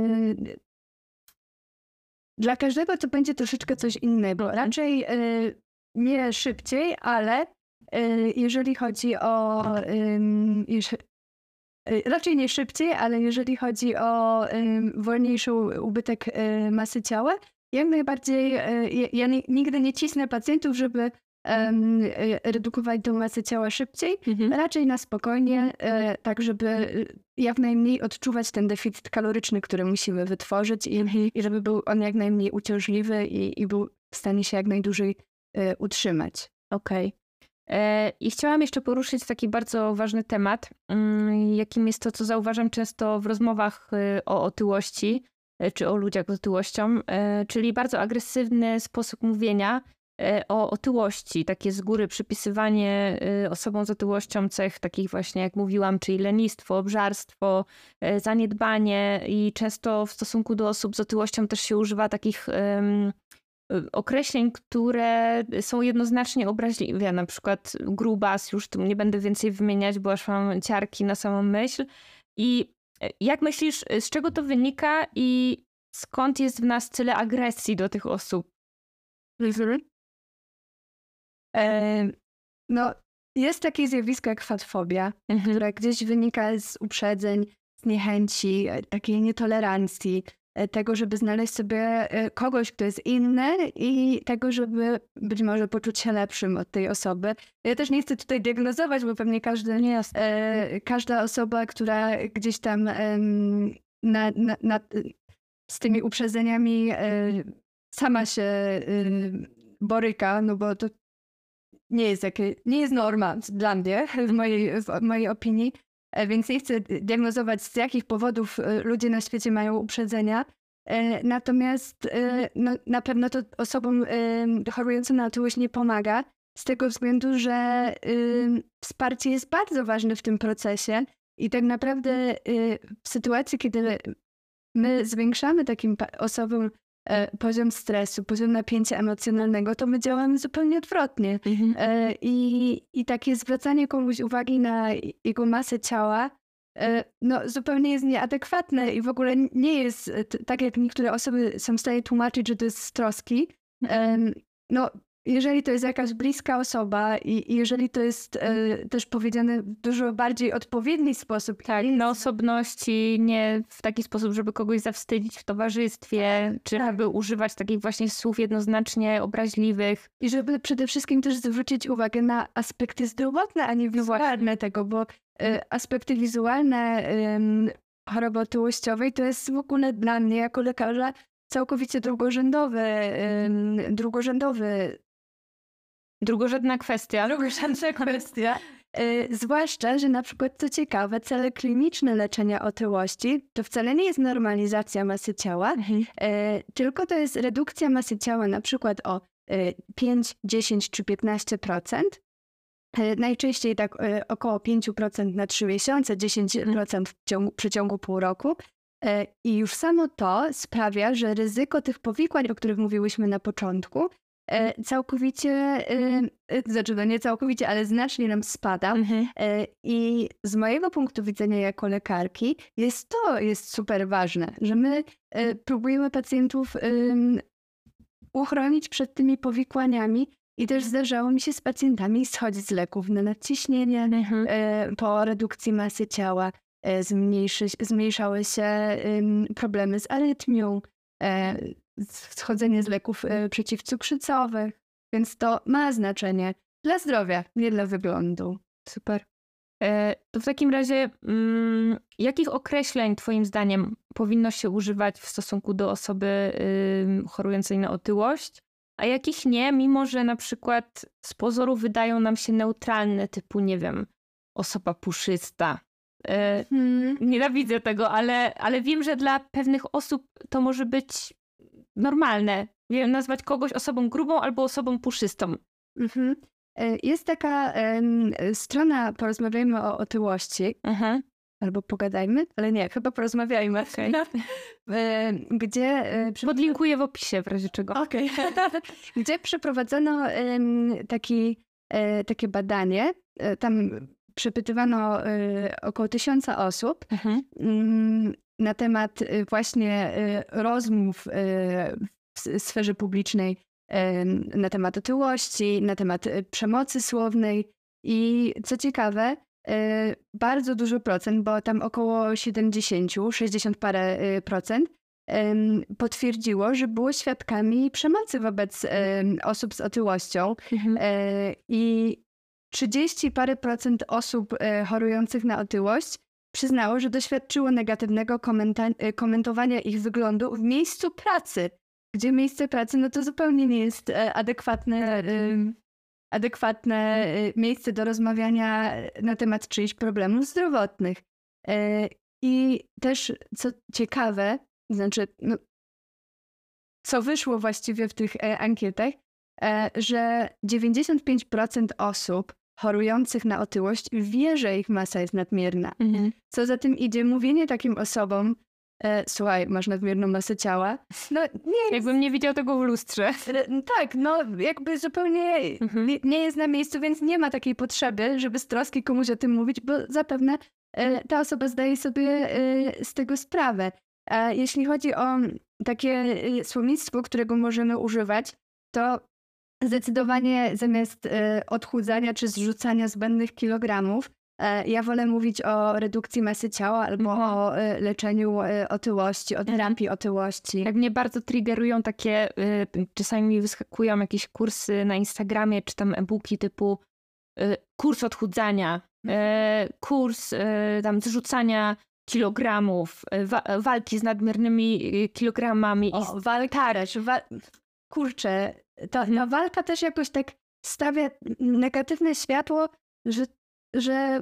S2: dla każdego to będzie troszeczkę coś innego. Raczej e, nie szybciej, ale e, jeżeli chodzi o... ym, jeż- e, Raczej nie szybciej, ale jeżeli chodzi o ym, wolniejszy u- ubytek e, masy ciała, jak najbardziej e, ja- ja ni- nigdy nie cisnę pacjentów, żeby em, e, redukować tą masę ciała szybciej.
S1: Mhm.
S2: Raczej na spokojnie, e, tak żeby e, jak najmniej odczuwać ten deficyt kaloryczny, który musimy wytworzyć i, i żeby był on jak najmniej uciążliwy i, i był w stanie się jak najdłużej e, utrzymać.
S1: Okej. E, I chciałam jeszcze poruszyć taki bardzo ważny temat, mm, jakim jest to, co zauważam często w rozmowach y, o otyłości, y, czy o ludziach z otyłością, y, czyli bardzo agresywny sposób mówienia o otyłości, takie z góry przypisywanie osobom z otyłością cech takich właśnie, jak mówiłam, czyli lenistwo, obżarstwo, zaniedbanie i często w stosunku do osób z otyłością też się używa takich um, określeń, które są jednoznacznie obraźliwe, na przykład grubas, już tu nie będę więcej wymieniać, bo aż mam ciarki na samą myśl. I jak myślisz, z czego to wynika i skąd jest w nas tyle agresji do tych osób?
S2: Mhm. E, no, jest takie zjawisko jak fatfobia, mhm. które gdzieś wynika z uprzedzeń, z niechęci, takiej nietolerancji, tego, żeby znaleźć sobie kogoś, kto jest inny i tego, żeby być może poczuć się lepszym od tej osoby. Ja też nie chcę tutaj diagnozować, bo pewnie każdy, e, każda osoba, która gdzieś tam e, na, na, na, z tymi uprzedzeniami e, sama się e, boryka, no bo to nie jest, jakie, nie jest norma dla mnie, w mojej, w mojej opinii. Więc nie chcę diagnozować, z jakich powodów ludzie na świecie mają uprzedzenia. Natomiast no, na pewno to osobom chorującym na otyłość nie pomaga, z tego względu, że wsparcie jest bardzo ważne w tym procesie i tak naprawdę w sytuacji, kiedy my zwiększamy takim osobom poziom stresu, poziom napięcia emocjonalnego, to my działamy zupełnie odwrotnie. Mhm. I, I takie zwracanie komuś uwagi na jego masę ciała no, zupełnie jest nieadekwatne i w ogóle nie jest, tak jak niektóre osoby są w stanie tłumaczyć, że to jest z troski. Mhm. No, jeżeli to jest jakaś bliska osoba i, i jeżeli to jest e, też powiedziane w dużo bardziej odpowiedni sposób.
S1: Tak, na osobności, nie w taki sposób, żeby kogoś zawstydzić w towarzystwie, czy
S2: tak.
S1: żeby używać takich właśnie słów jednoznacznie obraźliwych.
S2: I żeby przede wszystkim też zwrócić uwagę na aspekty zdrowotne, a nie wizualne no tego, bo e, aspekty wizualne e, choroby otyłościowej to jest w ogóle dla mnie jako lekarza całkowicie drugorzędowy, e, drugorzędowy
S1: Drugorzędna kwestia.
S2: Drugorzędna kwestia. Yy, zwłaszcza, że na przykład, co ciekawe, cele kliniczne leczenia otyłości to wcale nie jest normalizacja masy ciała, mhm. yy, tylko to jest redukcja masy ciała na przykład o yy, pięć, dziesięć czy piętnaście procent. Yy, najczęściej tak yy, około pięć procent na trzy miesiące, dziesięć procent w ciągu, w przeciągu pół roku. Yy, I już samo to sprawia, że ryzyko tych powikłań, o których mówiłyśmy na początku, całkowicie, znaczy no nie całkowicie, ale znacznie nam spada. Mhm. I z mojego punktu widzenia jako lekarki jest to jest super ważne, że my próbujemy pacjentów uchronić przed tymi powikłaniami i też zdarzało mi się z pacjentami schodzić z leków na nadciśnienie, mhm. po redukcji masy ciała. Zmniejszy, zmniejszały się problemy z arytmią, schodzenie z leków y, przeciwcukrzycowych, więc to ma znaczenie dla zdrowia, nie dla wyglądu.
S1: Super. E, to w takim razie mm, jakich określeń twoim zdaniem powinno się używać w stosunku do osoby y, chorującej na otyłość, a jakich nie, mimo że na przykład z pozoru wydają nam się neutralne, typu nie wiem, osoba puszysta. E, hmm. Nienawidzę tego, ale, ale wiem, że dla pewnych osób to może być normalne. Wiem nazwać kogoś osobą grubą albo osobą puszystą.
S2: Mhm. Jest taka um, strona Porozmawiajmy o otyłości. Aha. Albo pogadajmy, ale nie, chyba porozmawiajmy. Okay. Gdzie...
S1: Podlinkuję w opisie w razie czego.
S2: Okay. Gdzie przeprowadzono um, taki, um, takie badanie. Tam przepytywano um, około tysiąca osób. Mhm. Um, na temat właśnie rozmów w sferze publicznej na temat otyłości, na temat przemocy słownej i co ciekawe, bardzo dużo procent, bo tam około siedemdziesiąt, sześćdziesiąt parę procent potwierdziło, że było świadkami przemocy wobec osób z otyłością mhm. i trzydzieści parę procent osób chorujących na otyłość przyznało, że doświadczyło negatywnego komenta- komentowania ich wyglądu w miejscu pracy, gdzie miejsce pracy no to zupełnie nie jest adekwatne, adekwatne miejsce do rozmawiania na temat czyichś problemów zdrowotnych. I też, co ciekawe, znaczy, no, co wyszło właściwie w tych ankietach, e, że dziewięćdziesiąt pięć procent osób chorujących na otyłość wie, że ich masa jest nadmierna.
S1: Mhm.
S2: Co za tym idzie, mówienie takim osobom, e, słuchaj, masz nadmierną masę ciała, no nie jest...
S1: Jakbym nie widział tego w lustrze.
S2: E, Tak, no jakby zupełnie
S1: Mhm.
S2: nie, nie jest na miejscu, więc nie ma takiej potrzeby, żeby z troski komuś o tym mówić, bo zapewne e, ta osoba zdaje sobie e, z tego sprawę. A jeśli chodzi o takie e, słownictwo, którego możemy używać, to zdecydowanie zamiast e, odchudzania czy zrzucania zbędnych kilogramów, e, ja wolę mówić o redukcji masy ciała albo
S1: Mhm.
S2: o e, leczeniu e, otyłości, o terapii otyłości.
S1: Jak mnie bardzo triggerują takie, y, czasami mi wyskakują jakieś kursy na Instagramie, czy tam e-booki typu y, kurs odchudzania, y, kurs y, tam zrzucania kilogramów, y, wa- walki z nadmiernymi y, kilogramami. I
S2: O, walka też. Wa- Kurczę, ta, ta walka też jakoś tak stawia negatywne światło, że, że,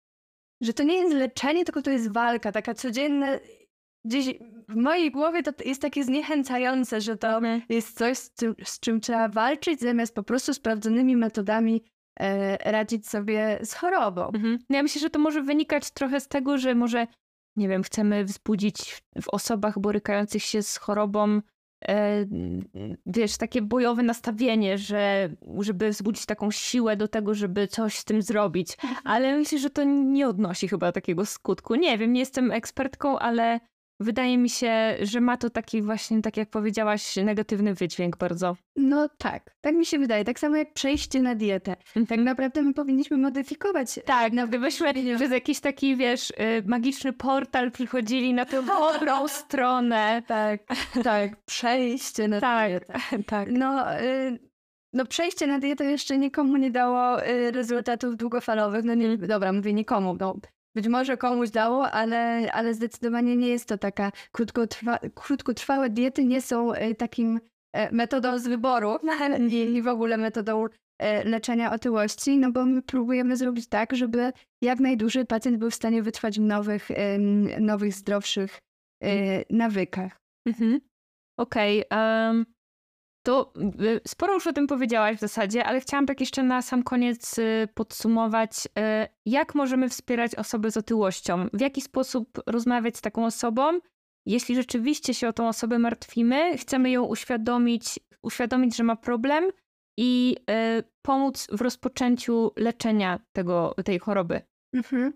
S2: że to nie jest leczenie, tylko to jest walka, taka codzienna. Gdzieś w mojej głowie to jest takie zniechęcające, że to jest coś, z czym, z czym trzeba walczyć, zamiast po prostu sprawdzonymi metodami e, radzić sobie z chorobą.
S1: Mhm. No ja myślę, że to może wynikać trochę z tego, że może, nie wiem, chcemy wzbudzić w, w osobach borykających się z chorobą e, wiesz, takie bojowe nastawienie, że żeby wzbudzić taką siłę do tego, żeby coś z tym zrobić. Ale myślę, że to nie odnosi chyba takiego skutku. Nie wiem, nie jestem ekspertką, ale wydaje mi się, że ma to taki właśnie, tak jak powiedziałaś, negatywny wydźwięk bardzo.
S2: No tak, tak mi się wydaje. Tak samo jak przejście na dietę. Tak naprawdę my powinniśmy modyfikować.
S1: Tak, no gdybyśmy przez jakiś taki, wiesz, y, magiczny portal przychodzili na tę dobrą stronę.
S2: Tak, tak, przejście na
S1: Tak,
S2: dietę.
S1: tak.
S2: No, y, no przejście na dietę jeszcze nikomu nie dało y, rezultatów długofalowych. No nie, dobra, mówię nikomu. No, być może komuś dało, ale, ale zdecydowanie nie jest to taka krótkotrwa, krótkotrwałe diety nie są y, takim y, metodą z wyboru i, i w ogóle metodą y, leczenia otyłości, no bo my próbujemy zrobić tak, żeby jak najdłużej pacjent był w stanie wytrwać w nowych, y, nowych zdrowszych y, nawykach.
S1: Mhm. Okej. em, to y, sporo już o tym powiedziałaś w zasadzie, ale chciałam tak jeszcze na sam koniec y, podsumować, y, jak możemy wspierać osoby z otyłością? W jaki sposób rozmawiać z taką osobą? Jeśli rzeczywiście się o tą osobę martwimy, chcemy ją uświadomić, uświadomić, że ma problem i y, pomóc w rozpoczęciu leczenia tego, tej choroby.
S2: Mhm.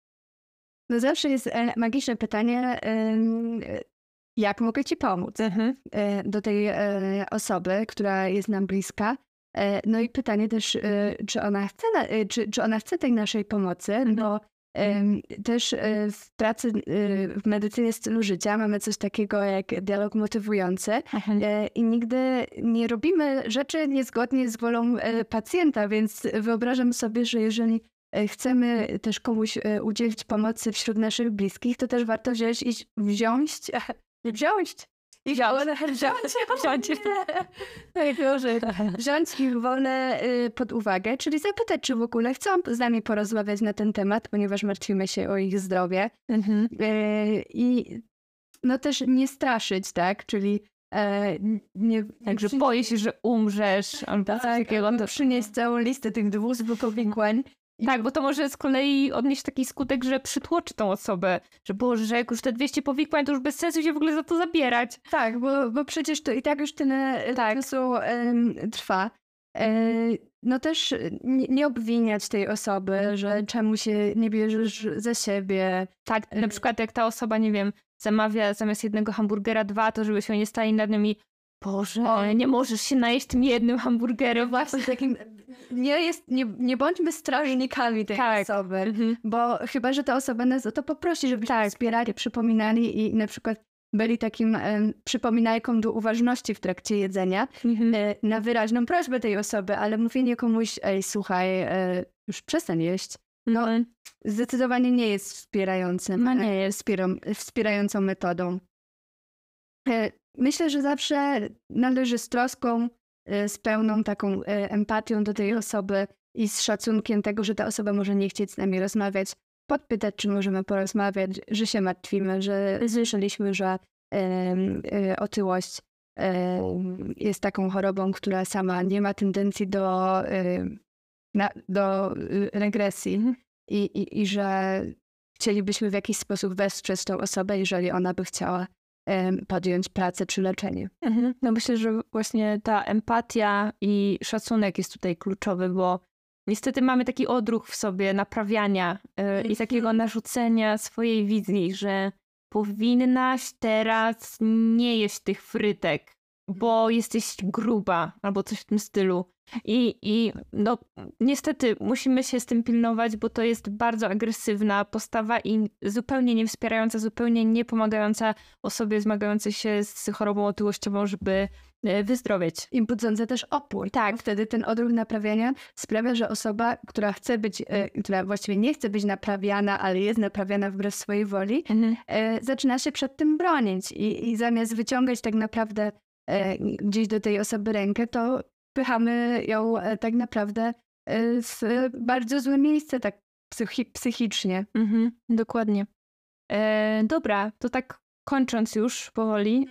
S2: No zawsze jest e, magiczne pytanie, em, e, jak mogę ci pomóc
S1: Mhm.
S2: e, do tej e, osoby, która jest nam bliska. E, no i pytanie też, e, czy ona chce, na, e, czy, czy ona chce tej naszej pomocy, bo em, też e, w pracy e, w medycynie stylu życia mamy coś takiego jak dialog motywujący e, i nigdy nie robimy rzeczy niezgodnie z wolą e, pacjenta, więc wyobrażam sobie, że jeżeli e, chcemy też komuś e, udzielić pomocy wśród naszych bliskich, to też warto wziąć i wziąć, wziąć i wziąć, wziąć, wziąć, Najgorzej. wziąć ich wolę y, pod uwagę, czyli zapytać, czy w ogóle chcą z nami porozmawiać na ten temat, ponieważ martwimy się o ich zdrowie.
S1: Mhm.
S2: Y, I no też nie straszyć, tak? Czyli e, nie...
S1: Także boję się, że umrzesz albo coś
S2: tak,
S1: takiego.
S2: albo
S1: To...
S2: przynieść całą listę tych dwóch powikłań.
S1: Tak, bo to może z kolei odnieść taki skutek, że przytłoczy tą osobę, że Boże, że jak już te dwieście powikłań, to już bez sensu się w ogóle za to zabierać.
S2: Tak, bo, bo przecież to i tak już tyle
S1: Tak.
S2: czasu em, trwa. E, no też nie, nie obwiniać tej osoby, że czemu się nie bierzesz za siebie.
S1: Tak, na przykład jak ta osoba, nie wiem, zamawia zamiast jednego hamburgera dwa, to żeby się nie stali nad nimi, Boże,
S2: O.
S1: nie możesz się najeść tym jednym hamburgerem.
S2: Właśnie takim, nie, jest, nie, nie bądźmy strażnikami tej
S1: Tak.
S2: osoby,
S1: Mhm.
S2: bo chyba, że ta osoba nas o to poprosi, żebyśmy
S1: Tak.
S2: wspierali, przypominali i na przykład byli takim em, przypominajką do uważności w trakcie jedzenia.
S1: Mhm.
S2: e, na wyraźną prośbę tej osoby, ale mówienie komuś, ej, słuchaj, e, już przestań jeść, no
S1: Mhm.
S2: zdecydowanie nie jest wspierającym,
S1: No nie
S2: e,
S1: jest.
S2: wspierą, wspierającą metodą. E, Myślę, że zawsze należy z troską, e, z pełną taką e, empatią do tej osoby i z szacunkiem tego, że ta osoba może nie chcieć z nami rozmawiać, podpytać, czy możemy porozmawiać, że się martwimy, że słyszeliśmy, że e, e, otyłość jest taką chorobą, która sama nie ma tendencji do, na, do regresji i, i, i że chcielibyśmy w jakiś sposób wesprzeć tą osobę, jeżeli ona by chciała podjąć pracę czy leczenie.
S1: Mhm. No myślę, że właśnie ta empatia i szacunek jest tutaj kluczowy, bo niestety mamy taki odruch w sobie naprawiania yy, i takiego narzucenia swojej wizji, że powinnaś teraz nie jeść tych frytek, bo jesteś gruba albo coś w tym stylu. I, i no niestety musimy się z tym pilnować, bo to jest bardzo agresywna postawa i zupełnie nie wspierająca, zupełnie nie pomagająca osobie zmagającej się z chorobą otyłościową, żeby wyzdrowieć.
S2: I budzące też opór. Tak. Wtedy ten odruch naprawiania sprawia, że osoba, która chce być, e, która właściwie nie chce być naprawiana, ale jest naprawiana wbrew swojej woli, mhm. e, zaczyna się przed tym bronić. I, i zamiast wyciągać tak naprawdę e, gdzieś do tej osoby rękę, to pychamy ją e, tak naprawdę e, w bardzo złe miejsce, tak psychi- psychicznie.
S1: Mhm. Dokładnie. E, dobra, to tak kończąc już powoli,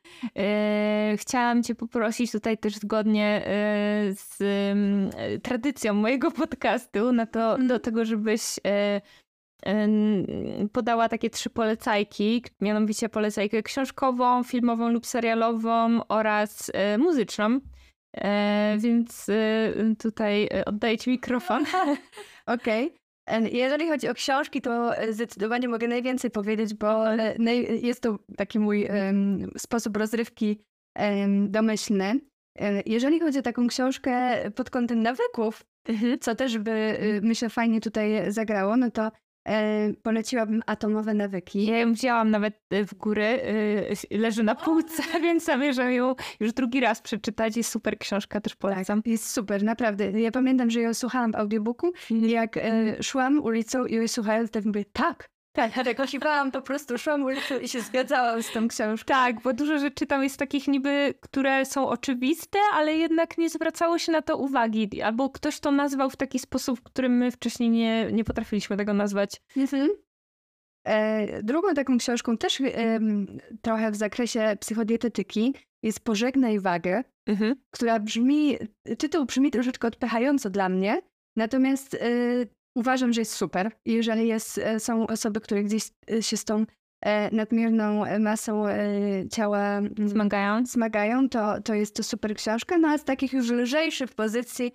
S1: e, chciałam cię poprosić tutaj też zgodnie e, z e, tradycją mojego podcastu na to, mm. do tego, żebyś e, e, podała takie trzy polecajki, mianowicie polecajkę książkową, filmową lub serialową oraz e, muzyczną. E, więc e, tutaj oddaję ci mikrofon.
S2: Okej. Okay. Jeżeli chodzi o książki, to zdecydowanie mogę najwięcej powiedzieć, bo jest to taki mój um, sposób rozrywki um, domyślny. Jeżeli chodzi o taką książkę pod kątem nawyków, mhm. co też by, myślę, fajnie tutaj zagrało, no to e, poleciłabym Atomowe nawyki.
S1: Ja ją wzięłam nawet w górę, leży na półce, więc zamierzam ją już drugi raz przeczytać. Jest super książka, też polecam.
S2: Tak, jest super, naprawdę. Ja pamiętam, że ją słuchałam w audiobooku i jak e, szłam ulicą i ją słuchając, to mówię, tak, tak, tak, kiwałam po prostu, szłam ulicą i się zgadzałam z tą książką.
S1: Tak, bo dużo rzeczy tam jest takich niby, które są oczywiste, ale jednak nie zwracało się na to uwagi. Albo ktoś to nazwał w taki sposób, w którym my wcześniej nie, nie potrafiliśmy tego nazwać.
S2: Mhm. E, drugą taką książką też e, trochę w zakresie psychodietetyki jest Pożegnaj wagę, mhm. która brzmi, tytuł brzmi troszeczkę odpychająco dla mnie, natomiast e, uważam, że jest super. Jeżeli jest, są osoby, które gdzieś się z tą e, nadmierną masą e, ciała
S1: zmagają,
S2: zmagają to, to jest to super książka. No a z takich już lżejszych pozycji,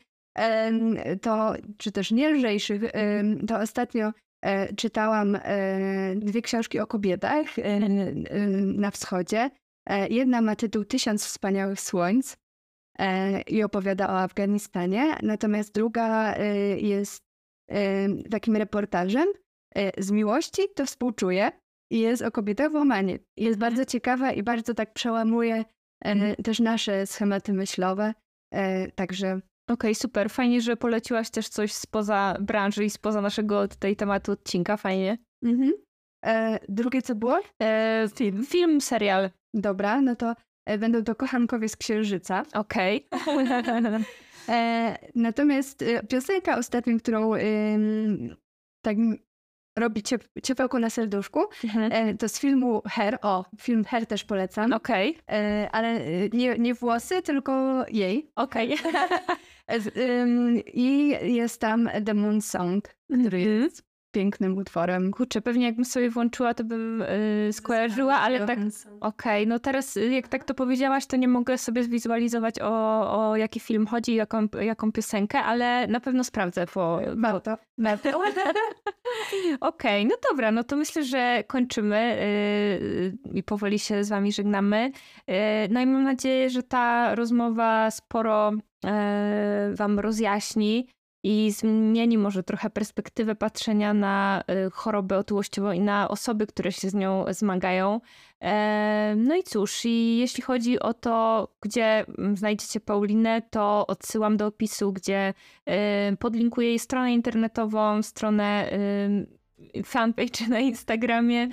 S2: e, to, czy też nie lżejszych, e, to ostatnio e, czytałam e, dwie książki o kobietach e, e, na wschodzie. E, jedna ma tytuł Tysiąc wspaniałych słońc e, i opowiada o Afganistanie, natomiast druga e, jest takim reportażem z miłości, to współczuję i jest o kobietach w Omanie. Jest bardzo ciekawa i bardzo tak przełamuje mm. też nasze schematy myślowe, także...
S1: Okej, okay, super. Fajnie, że poleciłaś też coś spoza branży i spoza naszego tutaj tematu odcinka. Fajnie.
S2: Mhm. E, drugie co było?
S1: E, film. Film, serial.
S2: Dobra, no to e, będą to Kochankowie z Księżyca.
S1: Okej. Okay.
S2: E, natomiast e, piosenka ostatnio, którą e, tak robi ciep- ciepełko na serduszku, mhm. e, to z filmu Her. O, film Her też polecam.
S1: Okej.
S2: Okay. E, ale nie, nie włosy, tylko jej.
S1: Okej.
S2: Okay. I jest tam The Moon Song, który mhm. jest pięknym utworem.
S1: Kurczę, pewnie jakbym sobie włączyła, to bym yy, skojarzyła, ale tak... Okej, okay, no teraz jak tak to powiedziałaś, to nie mogę sobie zwizualizować o, o jaki film chodzi, jaką, jaką piosenkę, ale na pewno sprawdzę po...
S2: Warto.
S1: Warto. Okej, okay, no dobra, no to myślę, że kończymy yy, i powoli się z wami żegnamy. Yy, no i mam nadzieję, że ta rozmowa sporo yy, wam rozjaśni i zmieni może trochę perspektywę patrzenia na chorobę otyłościową i na osoby, które się z nią zmagają. No i cóż, i jeśli chodzi o to, gdzie znajdziecie Paulinę, to odsyłam do opisu, gdzie podlinkuję jej stronę internetową, stronę fanpage na Instagramie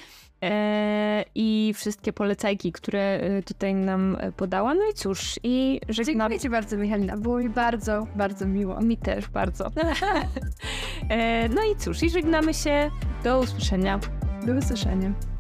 S1: i wszystkie polecajki, które tutaj nam podała. No i cóż, i żegnam.
S2: Dziękuję ci bardzo, Michalina. Było mi bardzo, bardzo miło.
S1: Mi też bardzo. No i cóż, i żegnamy się. Do usłyszenia.
S2: Do usłyszenia.